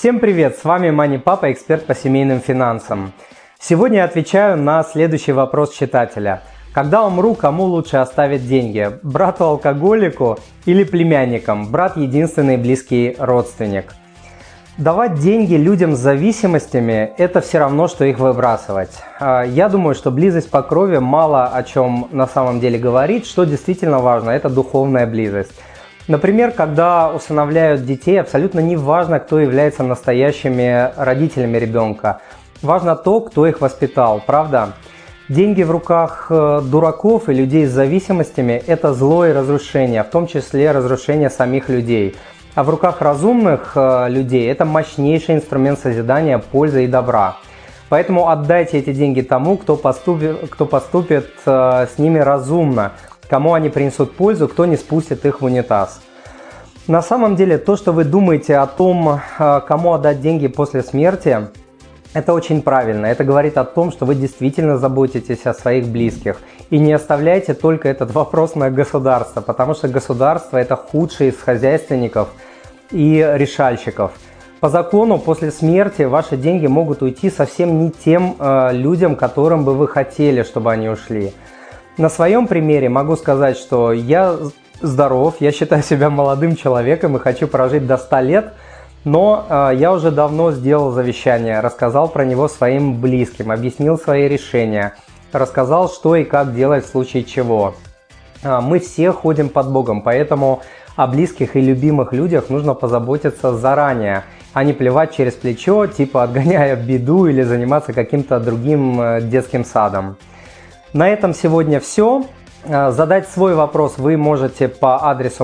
Всем привет! С вами Money Papa, эксперт по семейным финансам. Сегодня я отвечаю на следующий вопрос читателя. Когда умру, кому лучше оставить деньги? Брату-алкоголику или племянникам? Брат – единственный близкий родственник. Давать деньги людям с зависимостями – это все равно, что их выбрасывать. Я думаю, что близость по крови мало о чем на самом деле говорит. Что действительно важно – это духовная близость. Например, когда усыновляют детей, абсолютно не важно, кто является настоящими родителями ребенка. Важно то, кто их воспитал, правда? Деньги в руках дураков и людей с зависимостями – это зло и разрушение, в том числе разрушение самих людей. А в руках разумных людей – это мощнейший инструмент созидания, пользы и добра. Поэтому отдайте эти деньги тому, кто поступит с ними разумно, кому они принесут пользу, кто не спустит их в унитаз. На самом деле, то, что вы думаете о том, кому отдать деньги после смерти, это очень правильно. Это говорит о том, что вы действительно заботитесь о своих близких. И не оставляйте только этот вопрос на государство, потому что государство – это худший из хозяйственников и решальщиков. По закону, после смерти ваши деньги могут уйти совсем не тем людям, которым бы вы хотели, чтобы они ушли. На своем примере могу сказать, что я здоров, я считаю себя молодым человеком и хочу прожить до 100 лет, но я уже давно сделал завещание, рассказал про него своим близким, объяснил свои решения, рассказал, что и как делать в случае чего. Мы все ходим под Богом, поэтому о близких и любимых людях нужно позаботиться заранее, а не плевать через плечо, типа отгоняя беду или заниматься каким-то другим детским садом. На этом сегодня все. Задать свой вопрос вы можете по адресу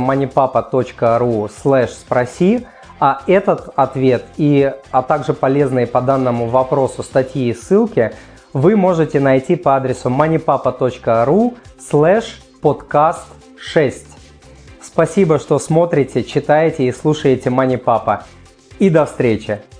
moneypapa.ru/спроси, а этот ответ а также полезные по данному вопросу статьи и ссылки вы можете найти по адресу moneypapa.ru/podcast6. Спасибо, что смотрите, читаете и слушаете Money Papa. И до встречи!